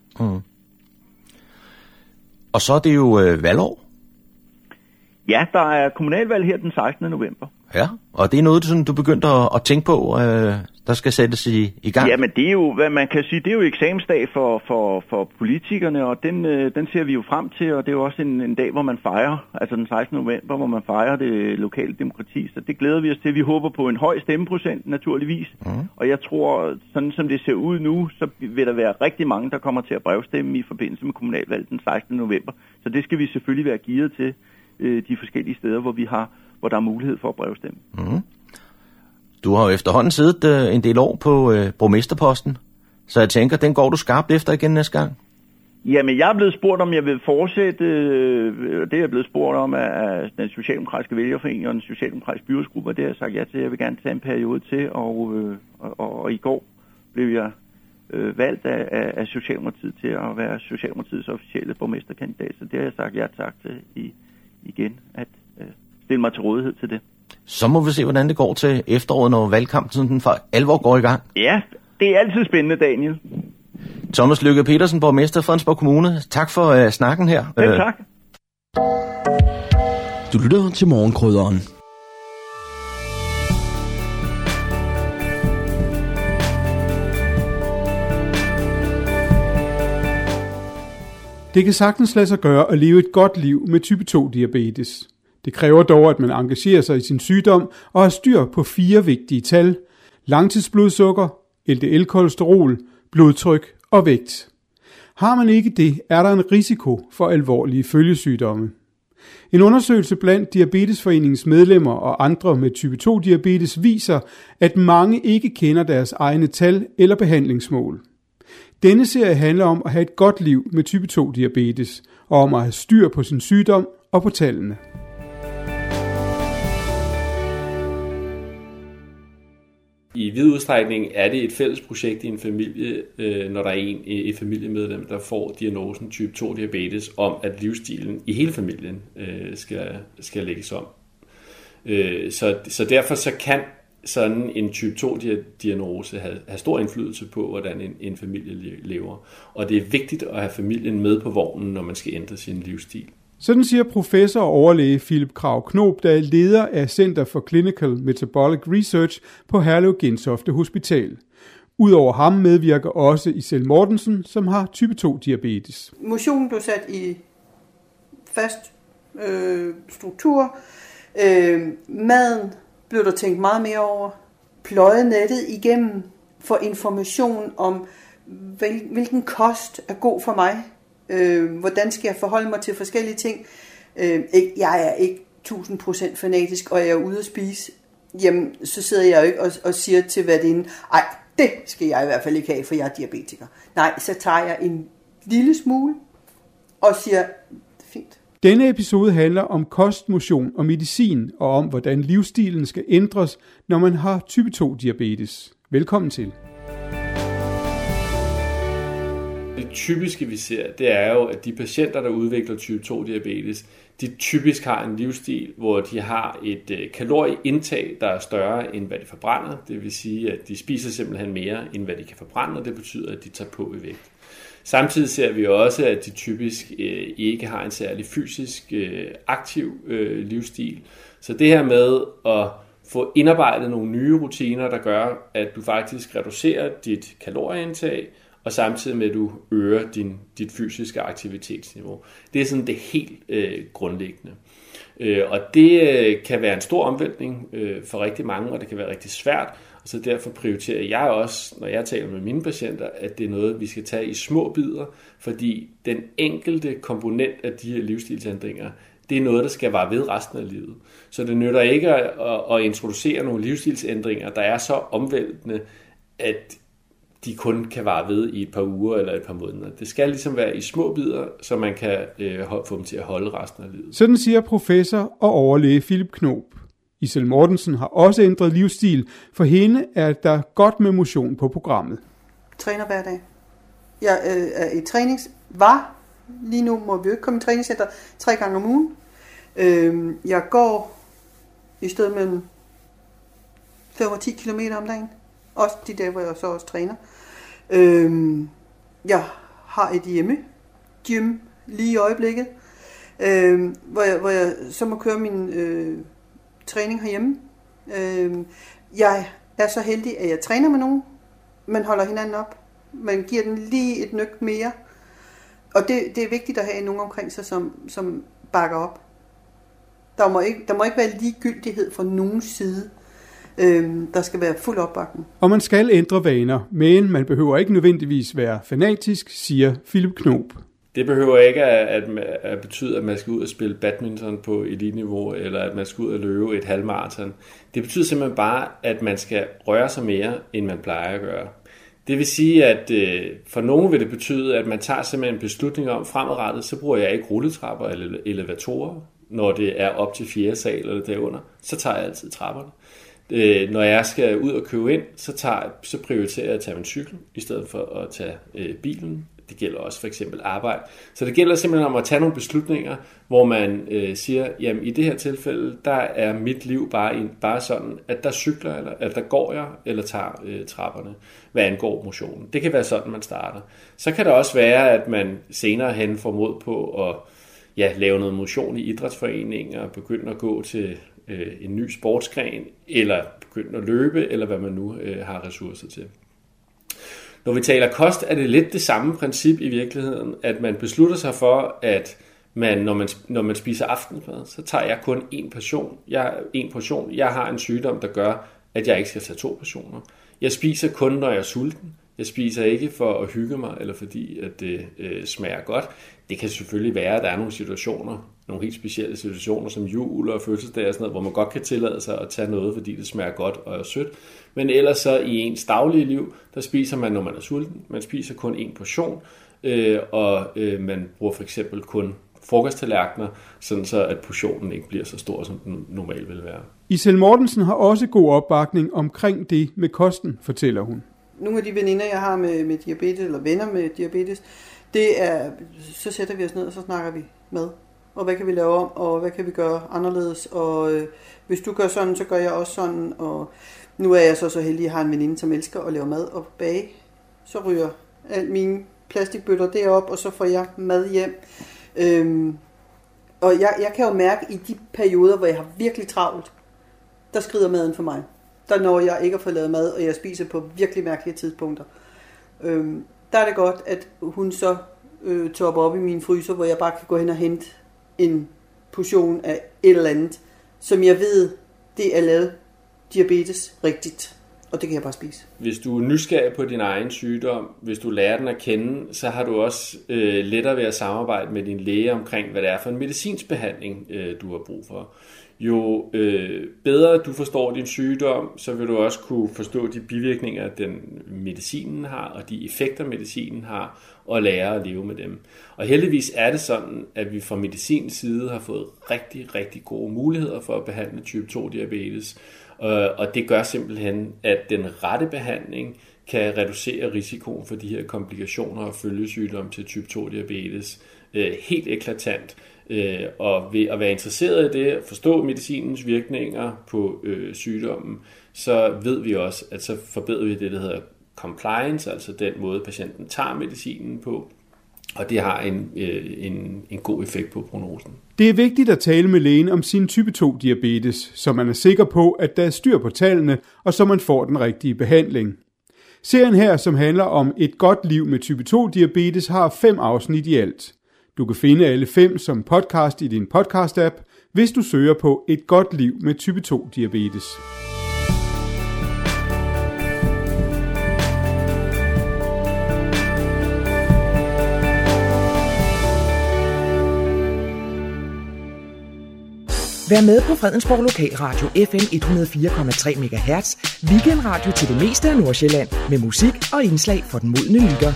Og så er det jo valgår. Ja, der er kommunalvalg her den 16. november. Ja, og det er noget, du begyndte at tænke på, der skal sættes i gang? Ja, men det er jo, hvad man kan sige, det er jo eksamensdag for politikerne, og den ser vi jo frem til, og det er jo også en dag, hvor man fejrer, altså den 16. november, hvor man fejrer det lokale demokrati, så det glæder vi os til. Vi håber på en høj stemmeprocent, naturligvis, og jeg tror, sådan som det ser ud nu, så vil der være rigtig mange, der kommer til at brevstemme i forbindelse med kommunalvalget den 16. november, så det skal vi selvfølgelig være gearet til de forskellige steder, hvor der er mulighed for at brevstemme. Du har jo efterhånden siddet en del år på borgmesterposten, så jeg tænker, den går du skarpt efter igen næste gang? Jamen, jeg er blevet spurgt, om jeg vil fortsætte. Det er jeg blevet spurgt om af den socialdemokratiske vælgerforening og den socialdemokratiske byrådsgruppe, og det har jeg sagt ja til. Jeg vil gerne tage en periode til, og i går blev jeg valgt af Socialdemokratiet til at være Socialdemokratiets officielle borgmesterkandidat, så det har jeg sagt ja tak til igen at stille mig til rådighed til det. Så må vi se, hvordan det går til efteråret, når valgkampen sådan for alvor går i gang. Ja, det er altid spændende, Daniel. Thomas Lykke Petersen, borgmester i Fredensborg Kommune. Tak for snakken her. Selv tak. Du lytter til Morgenkrydderen. Det kan sagtens lade sig gøre at leve et godt liv med type 2-diabetes. Det kræver dog, at man engagerer sig i sin sygdom og har styr på 4 vigtige tal: langtidsblodsukker, LDL-kolesterol, blodtryk og vægt. Har man ikke det, er der en risiko for alvorlige følgesygdomme. En undersøgelse blandt Diabetesforeningens medlemmer og andre med type 2-diabetes viser, at mange ikke kender deres egne tal eller behandlingsmål. Denne serie handler om at have et godt liv med type 2-diabetes, og om at have styr på sin sygdom og på tallene. I vid udstrækning er det et fælles projekt i en familie, når der er et familiemedlem, der får diagnosen type 2-diabetes, om at livsstilen i hele familien skal lægges om. Så derfor så kan sådan en type 2-diagnose have stor indflydelse på, hvordan en familie lever. Og det er vigtigt at have familien med på vognen, når man skal ændre sin livsstil. Sådan siger professor og overlæge Philip Krag Knob, der er leder af Center for Clinical Metabolic Research på Herlev Gentofte Hospital. Udover ham medvirker også Isel Mortensen, som har type 2-diabetes. Motionen blev sat i fast struktur. Maden blev der tænkt meget mere over. Pløjet nettet igennem for information om, hvilken kost er god for mig. Hvordan skal jeg forholde mig til forskellige ting. Jeg er ikke 1000% fanatisk, og jeg er ude at spise. Jamen, så sidder jeg jo ikke og siger til værtinden, ej, det skal jeg i hvert fald ikke have, for jeg er diabetiker. Nej, så tager jeg en lille smule og siger, fint. Denne episode handler om kost, motion og medicin, og om hvordan livsstilen skal ændres, når man har type 2-diabetes. Velkommen til. Det typiske vi ser, det er jo, at de patienter, der udvikler type 2-diabetes, de typisk har en livsstil, hvor de har et kalorieindtag, der er større end hvad de forbrænder. Det vil sige, at de spiser simpelthen mere, end hvad de kan forbrænde, og det betyder, at de tager på i vægt. Samtidig ser vi også, at de typisk ikke har en særlig fysisk aktiv livsstil. Så det her med at få indarbejdet nogle nye rutiner, der gør, at du faktisk reducerer dit kalorieindtag, og samtidig med, at du øger dit fysiske aktivitetsniveau. Det er sådan det helt grundlæggende. Og det kan være en stor omvæltning for rigtig mange, og det kan være rigtig svært. Og så derfor prioriterer jeg også, når jeg taler med mine patienter, at det er noget, vi skal tage i små bidder, fordi den enkelte komponent af de her livsstilsændringer, det er noget, der skal vare ved resten af livet. Så det nytter ikke at introducere nogle livsstilsændringer, der er så omvæltende, at de kun kan vare ved i et par uger eller et par måneder. Det skal ligesom være i små bidder, så man kan få dem til at holde resten af livet. Sådan siger professor og overlæge Philip Knob. Isel Mortensen har også ændret livsstil. For hende er der godt med motion på programmet. Træner hver dag. Jeg er i lige nu må vi jo ikke komme i træningscenter 3 gange om ugen. Jeg går i stedet mellem 5 og 10 km om dagen. Også de dage, hvor jeg så også træner. Jeg har et hjemme-gym lige i øjeblikket, hvor jeg så må køre min træning herhjemme. Jeg er så heldig, at jeg træner med nogen. Man holder hinanden op. Man giver den lige et nyk mere. Og det er vigtigt at have nogen omkring sig, som bakker op. Der må ikke være ligegyldighed fra nogen side. Der skal være fuld opbakning. Og man skal ændre vaner, men man behøver ikke nødvendigvis være fanatisk, siger Philip Knob. Det behøver ikke at betyde, at man skal ud og spille badminton på eliteniveau, eller at man skal ud og løbe et halvmarathon. Det betyder simpelthen bare, at man skal røre sig mere, end man plejer at gøre. Det vil sige, at for nogen vil det betyde, at man tager simpelthen en beslutning om fremadrettet, så bruger jeg ikke rulletrapper eller elevatorer, når det er op til 4. sal eller derunder, så tager jeg altid trapperne. Når jeg skal ud og købe ind, så prioriterer jeg at tage min cykel, i stedet for at tage bilen. Det gælder også for eksempel arbejde. Så det gælder simpelthen om at tage nogle beslutninger, hvor man siger, jamen i det her tilfælde, der er mit liv bare sådan, at der cykler, eller at der går jeg, eller tager trapperne, hvad angår motionen. Det kan være sådan, man starter. Så kan det også være, at man senere hen får mod på at lave noget motion i idrætsforeninger, begynde at gå til en ny sportsgren, eller begynde at løbe, eller hvad man nu har ressourcer til. Når vi taler kost, er det lidt det samme princip i virkeligheden, at man beslutter sig for, at når man spiser aftensmad, så tager jeg kun én portion. Jeg har en sygdom, der gør, at jeg ikke skal tage 2 portioner. Jeg spiser kun, når jeg er sulten. Jeg spiser ikke for at hygge mig, eller fordi at det smager godt. Det kan selvfølgelig være, at der er nogle situationer, nogle helt specielle situationer, som jul og fødselsdag og sådan noget, hvor man godt kan tillade sig at tage noget, fordi det smager godt og er sødt. Men ellers så i ens daglige liv, der spiser man, når man er sulten. Man spiser kun 1 portion, og man bruger for eksempel kun frokosttallerkener, sådan så at portionen ikke bliver så stor, som den normalt vil være. Isel Mortensen har også god opbakning omkring det med kosten, fortæller hun. Nogle af de veninder, jeg har med diabetes, eller venner med diabetes, så sætter vi os ned, og så snakker vi mad. Og hvad kan vi lave om, og hvad kan vi gøre anderledes, og hvis du gør sådan, så gør jeg også sådan, og nu er jeg så heldig, at jeg har en veninde, som elsker at lave mad og bage. Så ryger alle mine plastikbøtter derop, og så får jeg mad hjem. Og jeg kan jo mærke, i de perioder, hvor jeg har virkelig travlt, der skrider maden for mig. Der når jeg ikke har fået lavet mad, og jeg spiser på virkelig mærkelige tidspunkter. Der er det godt, at hun så topper op i min fryser, hvor jeg bare kan gå hen og hente en portion af et eller andet, som jeg ved, det er lavet diabetes rigtigt. Og det kan jeg bare spise. Hvis du er nysgerrig på din egen sygdom, hvis du lærer den at kende, så har du også lettere ved at samarbejde med din læge omkring, hvad det er for en medicinsk behandling, du har brug for. Jo bedre du forstår din sygdom, så vil du også kunne forstå de bivirkninger, den medicinen har, og de effekter, medicinen har, og lære at leve med dem. Og heldigvis er det sådan, at vi fra medicinens side har fået rigtig, rigtig gode muligheder for at behandle type 2-diabetes. Og det gør simpelthen, at den rette behandling kan reducere risikoen for de her komplikationer og følgesygdomme til type 2-diabetes helt eklatant. Og ved at være interesseret i det, at forstå medicinens virkninger på sygdommen, så ved vi også, at så forbedrer vi det, der hedder compliance, altså den måde, patienten tager medicinen på, og det har en god effekt på prognosen. Det er vigtigt at tale med lægen om sin type 2-diabetes, så man er sikker på, at der er styr på tallene, og så man får den rigtige behandling. Serien her, som handler om et godt liv med type 2-diabetes, har 5 afsnit i alt. Du kan finde alle 5 som podcast i din podcast-app, hvis du søger på et godt liv med type 2-diabetes. Vær med på Fredensborg Lokalradio FM 104,3 MHz, weekendradio til det meste af Nordsjælland, med musik og indslag for den modne lytter.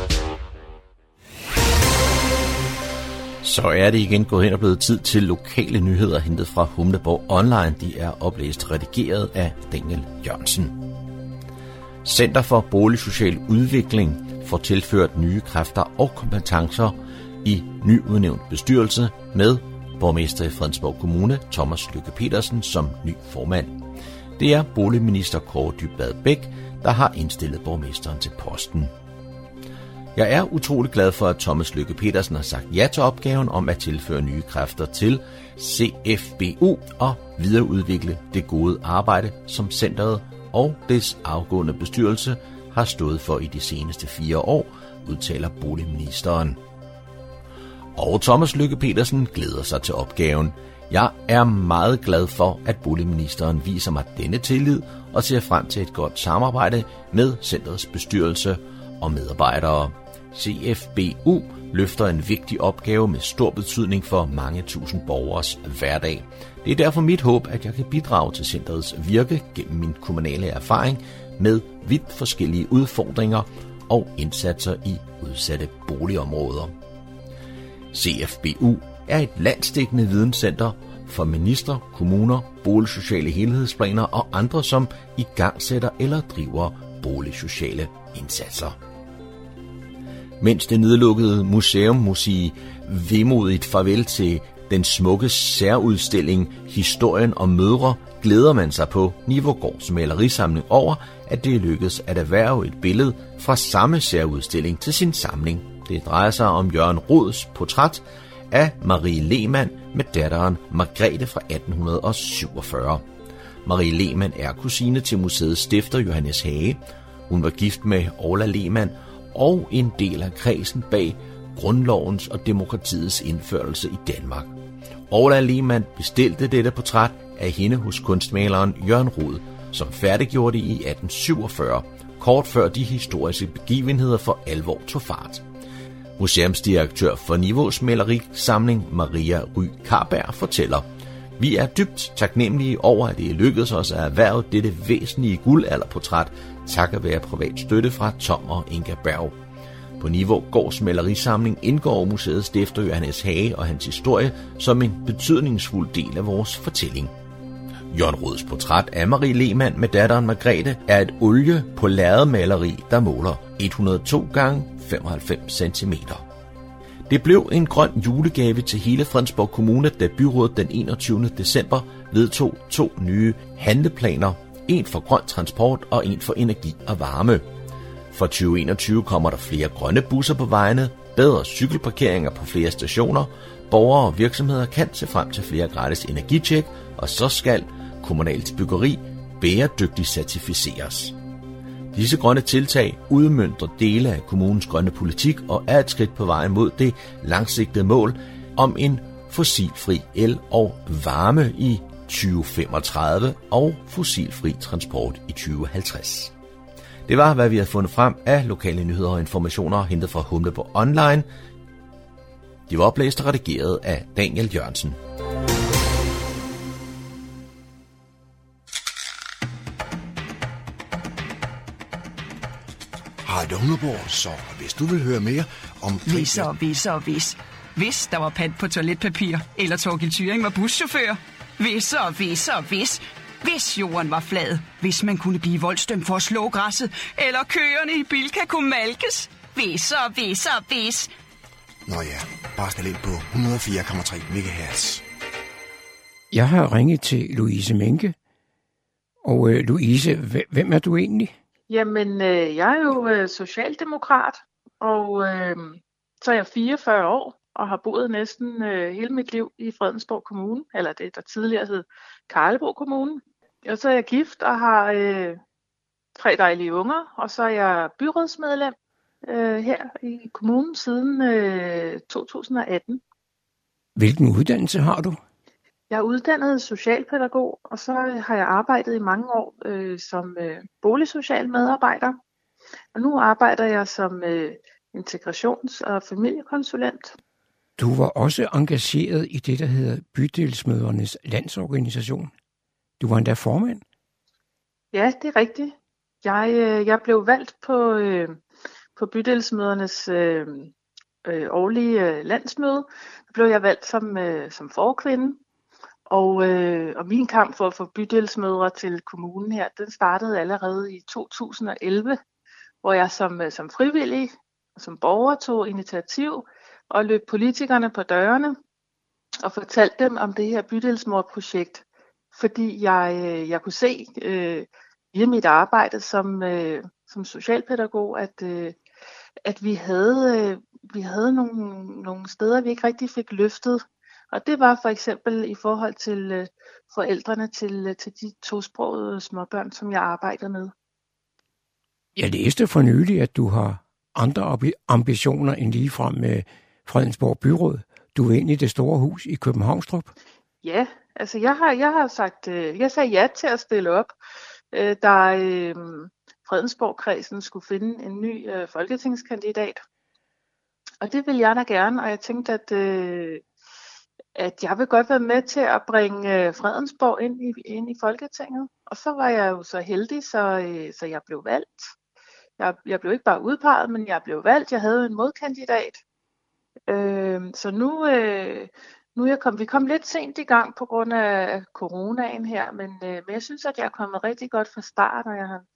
Så er det igen gået hen og blevet tid til lokale nyheder hentet fra Humleborg Online. De er oplæst redigeret af Daniel Jørgensen. Center for Boligsocial Udvikling får tilført nye kræfter og kompetencer i nyudnævnt bestyrelse med borgmester i Fredensborg Kommune, Thomas Lykke Petersen, som ny formand. Det er boligminister Kaare Dybvad Bek, der har indstillet borgmesteren til posten. Jeg er utrolig glad for, at Thomas Lykke Petersen har sagt ja til opgaven om at tilføre nye kræfter til CFBU og videreudvikle det gode arbejde, som centret og dets afgående bestyrelse har stået for i de seneste 4 år, udtaler boligministeren. Og Thomas Lykke Petersen glæder sig til opgaven. Jeg er meget glad for, at boligministeren viser mig denne tillid og ser frem til et godt samarbejde med centrets bestyrelse og medarbejdere. CFBU løfter en vigtig opgave med stor betydning for mange tusind borgeres hverdag. Det er derfor mit håb, at jeg kan bidrage til centrets virke gennem min kommunale erfaring med vidt forskellige udfordringer og indsatser i udsatte boligområder. CFBU er et landsdækkende videnscenter for minister, kommuner, boligsociale helhedsplaner og andre, som igangsætter eller driver boligsociale indsatser. Mens det nedlukkede museum må sige vemodigt farvel til den smukke særudstilling Historien om mødre, glæder man sig på Nivogårds malerisamling over, at det lykkedes at erhverve et billede fra samme særudstilling til sin samling. Det drejer sig om Jørgen Rods portræt af Marie Lehmann med datteren Margrethe fra 1847. Marie Lehmann er kusine til museets stifter Johannes Hage. Hun var gift med Orla Lehmann og en del af kredsen bag grundlovens og demokratiets indførelse i Danmark. Orla Lehmann bestilte dette portræt af hende hos kunstmaleren Jørgen Rod, som færdiggjorde det i 1847, kort før de historiske begivenheder for alvor tog fart. Museumsdirektør for Nivås malerisamling Maria Ry Karberg fortæller: Vi er dybt taknemmelige over, at det lykkedes os at erhverve dette væsentlige guldalderportræt, takket være privat støtte fra Tom og Inga Berg. På Nivågårds malerisamling indgår museets stifter Johannes Hage og hans historie som en betydningsfuld del af vores fortælling. Jørgen Rods portræt af Marie Lehmann med datteren Margrethe er et olie på lærredmaleri, der måler 102 x 95 cm. Det blev en grøn julegave til hele Fredensborg Kommune, da byrådet den 21. december vedtog 2 nye handleplaner, en for grøn transport og en for energi og varme. For 2021 kommer der flere grønne busser på vejene, bedre cykelparkeringer på flere stationer, borgere og virksomheder kan se frem til flere gratis energitjek, og så skal kommunalt byggeri bæredygtigt certificeres. Disse grønne tiltag udmønter dele af kommunens grønne politik og er et skridt på vejen mod det langsigtede mål om en fossilfri el og varme i 2035 og fossilfri transport i 2050. Det var, hvad vi har fundet frem af lokale nyheder og informationer hentet fra Humleborg Online. De var oplæst og redigeret af Daniel Jørgensen. Radio Humleborg, så hvis du vil høre mere om... Hvis der var pant på toiletpapir, eller Torkild Thuring var buschauffør. Hvis jorden var flad, hvis man kunne blive voldsdømt for at slå græsset, eller køerne i Bilka kunne malkes. Hvis. Nå ja, bare stil ind på 104,3 MHz. Jeg har ringet til Louise Menke. Og Louise, hvem er du egentlig? Jamen, jeg er jo socialdemokrat, og så er jeg 44 år og har boet næsten hele mit liv i Fredensborg Kommune, eller det, der tidligere hed Karlebo Kommune. Og så er jeg gift og har 3 dejlige unger, og så er jeg byrådsmedlem her i kommunen siden 2018. Hvilken uddannelse har du? Jeg er uddannet socialpædagog, og så har jeg arbejdet i mange år som boligsocial medarbejder. Og nu arbejder jeg som integrations- og familiekonsulent. Du var også engageret i det, der hedder Bydelsmødrenes Landsorganisation. Du var endda formand. Ja, det er rigtigt. Jeg blev valgt på Bydelsmødrenes årlige landsmøde. Der blev jeg valgt som forkvinde. Og min kamp for at få bydelsmødre til kommunen her, den startede allerede i 2011, hvor jeg som frivillig og som borger tog initiativ og løb politikerne på dørene og fortalte dem om det her bydelsmødreprojekt, fordi jeg kunne se via mit arbejde som socialpædagog, at vi havde nogle steder, vi ikke rigtig fik løftet. Og det var for eksempel i forhold til forældrene til de tosprogede småbørn, som jeg arbejdede med. Jeg læste for nylig, at du har andre ambitioner end ligefrem med Fredensborg Byråd. Du er inde i det store hus i Københavnstrup. Ja, altså jeg sagde ja til at stille op, da Fredensborg-kredsen skulle finde en ny folketingskandidat. Og det ville jeg da gerne, og jeg tænkte, at jeg vil godt være med til at bringe Fredensborg ind i Folketinget. Og så var jeg jo så heldig, så jeg blev valgt. Jeg blev ikke bare udpeget, men jeg blev valgt. Jeg havde en modkandidat. Så nu vi kom lidt sent i gang på grund af coronaen her, men jeg synes, at jeg er kommet rigtig godt fra start, og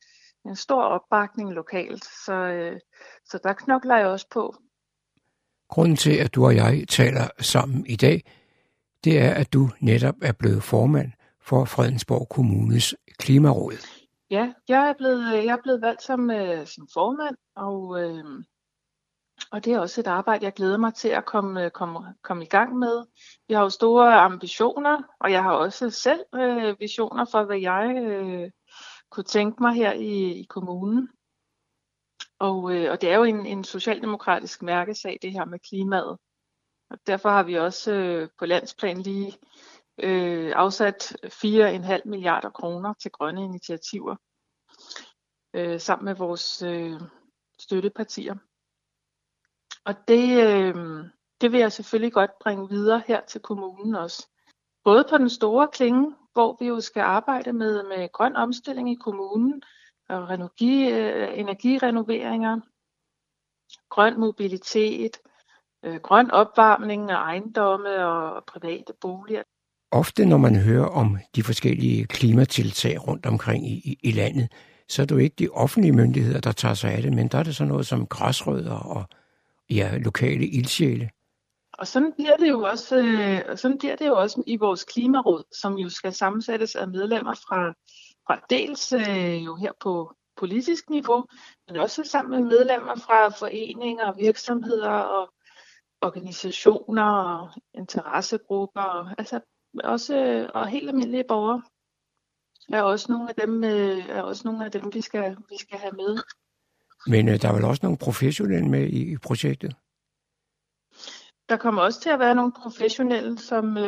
en stor opbakning lokalt, så der knokler jeg også på. Grunden til, at du og jeg taler sammen i dag, det er, at du netop er blevet formand for Fredensborg Kommunes Klimaråd. Ja, jeg er blevet valgt som formand, og det er også et arbejde, jeg glæder mig til at komme i gang med. Jeg har jo store ambitioner, og jeg har også selv visioner for, hvad jeg kunne tænke mig her i kommunen. Og det er jo en socialdemokratisk mærkesag, det her med klimaet. Og derfor har vi også på landsplan lige afsat 4,5 milliarder kroner til grønne initiativer sammen med vores støttepartier. Og det vil jeg selvfølgelig godt bringe videre her til kommunen også. Både på den store klinge, hvor vi jo skal arbejde med grøn omstilling i kommunen, og energirenoveringer, grøn mobilitet, grøn opvarmning af ejendomme og private boliger. Ofte når man hører om de forskellige klimatiltag rundt omkring i landet, så er det jo ikke de offentlige myndigheder, der tager sig af det, men der er det sådan noget som græsrødder og lokale ildsjæle. Og sådan bliver det jo også i vores klimaråd, som jo skal sammensættes af medlemmer fra dels jo her på politisk niveau, men også sammen med medlemmer fra foreninger, virksomheder og organisationer og interessegrupper, altså også og helt almindelige borgere er også nogle af dem, vi skal have med. Men der er vel også nogle professionelle med i projektet? Der kommer også til at være nogle professionelle,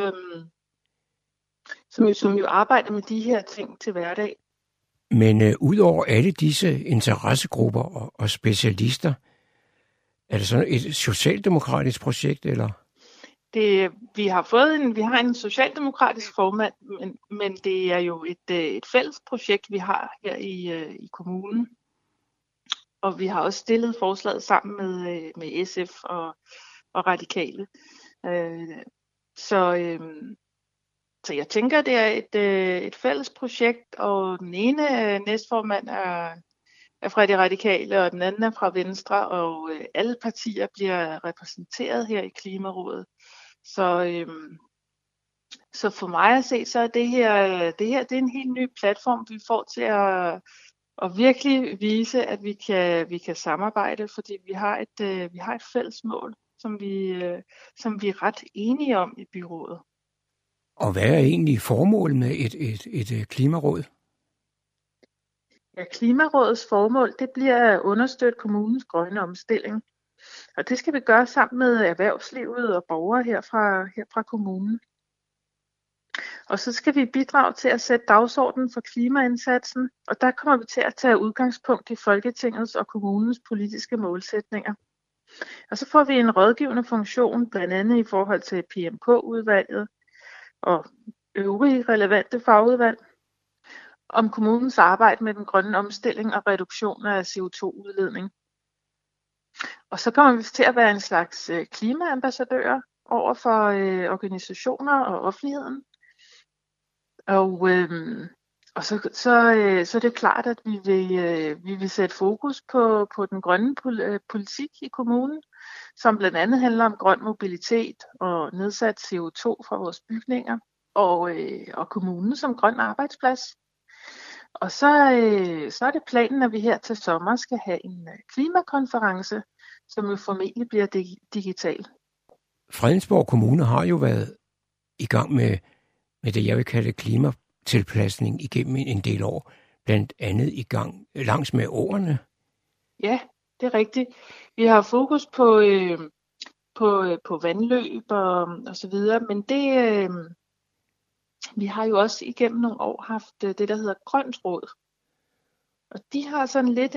som jo arbejder med de her ting til hverdag. Men udover alle disse interessegrupper og specialister, er det sådan et socialdemokratisk projekt, eller? Vi har en socialdemokratisk formand, men det er jo et fælles projekt, vi har her i kommunen. Og vi har også stillet forslaget sammen med SF og Radikale. Så jeg tænker, det er et fælles projekt, og den ene næstformand er fra de Radikale, og den anden er fra Venstre, og alle partier bliver repræsenteret her i Klimarådet. Så for mig at se, så er det her det er en helt ny platform, vi får til at virkelig vise, at vi kan samarbejde, fordi vi har et fælles mål, som vi er ret enige om i byrådet. Og hvad er egentlig formålet med et klimaråd? Ja, Klimarådets formål, det bliver at understøtte kommunens grønne omstilling. Og det skal vi gøre sammen med erhvervslivet og borgere her fra kommunen. Og så skal vi bidrage til at sætte dagsordenen for klimaindsatsen, og der kommer vi til at tage udgangspunkt i Folketingets og kommunens politiske målsætninger. Og så får vi en rådgivende funktion, blandt andet i forhold til PMK-udvalget og øvrige relevante fagudvalg, om kommunens arbejde med den grønne omstilling og reduktion af CO2-udledning. Og så kommer vi til at være en slags klimaambassadører over for organisationer og offentligheden. Og så er det klart, at vi vil sætte fokus på den grønne politik i kommunen, som blandt andet handler om grøn mobilitet og nedsat CO2 fra vores bygninger og kommunen som grøn arbejdsplads. Og så er det planen, at vi her til sommer skal have en klimakonference, som jo formentlig bliver digital. Fredensborg Kommune har jo været i gang med det, jeg vil kalde klimatilpasning igennem en del år, blandt andet i gang langs med åerne. Ja, det er rigtigt. Vi har fokus på vandløb og så videre, men vi har jo også igennem nogle år haft det, der hedder Grønt Råd. Og de har sådan lidt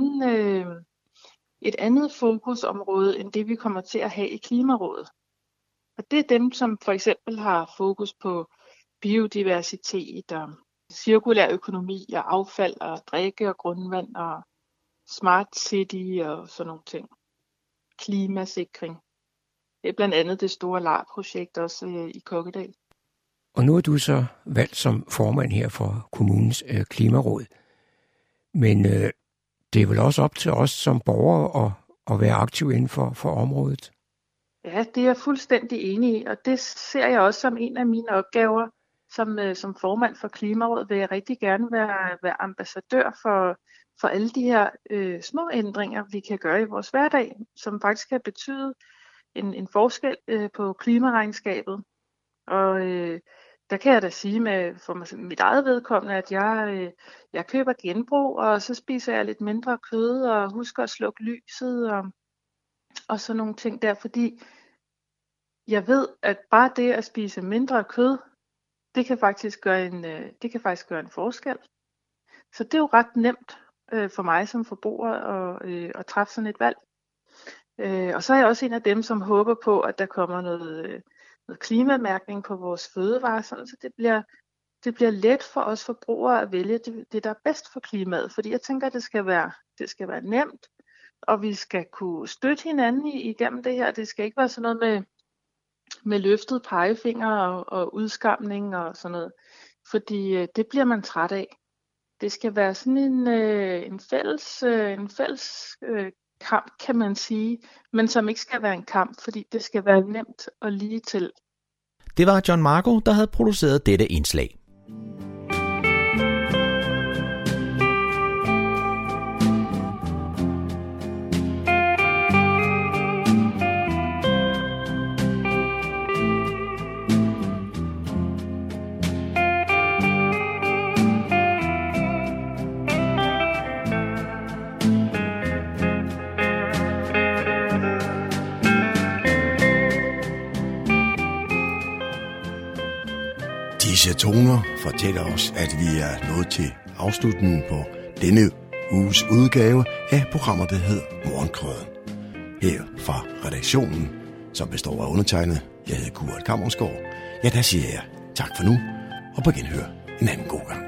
et andet fokusområde, end det vi kommer til at have i Klimarådet. Og det er dem, som for eksempel har fokus på biodiversitet og cirkulær økonomi og affald og drikke og grundvand og smart city og sådan nogle ting. Klimasikring. Det er blandt andet det store LAR-projekt også i Kokkedal. Og nu er du så valgt som formand her for kommunens klimaråd. Men det er vel også op til os som borgere at være aktive inden for området. Ja, det er jeg fuldstændig enig i, og det ser jeg også som en af mine opgaver. Som formand for Klimarådet vil jeg rigtig gerne være ambassadør for alle de her små ændringer, vi kan gøre i vores hverdag, som faktisk kan betyde en forskel på klimaregnskabet. Og der kan jeg da sige for mit eget vedkommende, at jeg køber genbrug, og så spiser jeg lidt mindre kød, og husker at slukke lyset, og sådan nogle ting der, fordi jeg ved, at bare det at spise mindre kød, det kan faktisk gøre en forskel. Så det er jo ret nemt for mig som forbruger at træffe sådan et valg. Og så er jeg også en af dem, som håber på, at der kommer noget klimamærkning på vores fødevarer, så det bliver let for os forbrugere at vælge det, der er bedst for klimaet. Fordi jeg tænker, at det skal være nemt, og vi skal kunne støtte hinanden igennem det her. Det skal ikke være sådan noget med løftet pegefinger og udskamning og sådan noget. Fordi det bliver man træt af. Det skal være sådan en fælles kamp, kan man sige, men som ikke skal være en kamp, fordi det skal være nemt og lige til. Det var John Marco, der havde produceret dette indslag. Disse toner fortæller os, at vi er nået til afslutningen på denne uges udgave af programmet, der hedder Morgenkrøden. Her fra redaktionen, som består af undertegnet, jeg hedder Kurt Kammersgaard. Ja, der siger jeg tak for nu, og på genhør en anden god gang.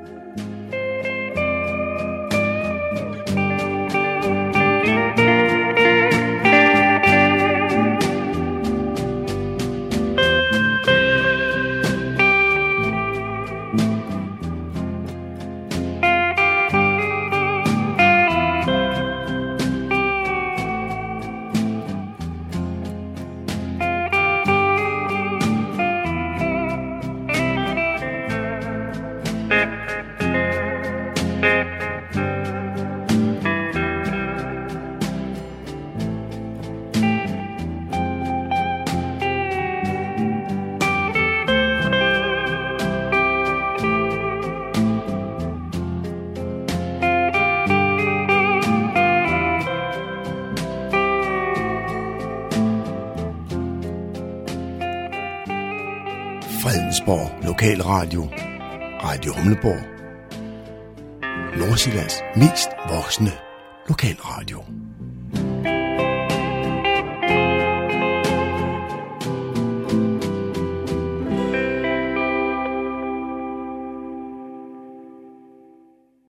Fredensborg Lokalradio, Radio Humleborg, Nordsjællands mest voksne lokalradio.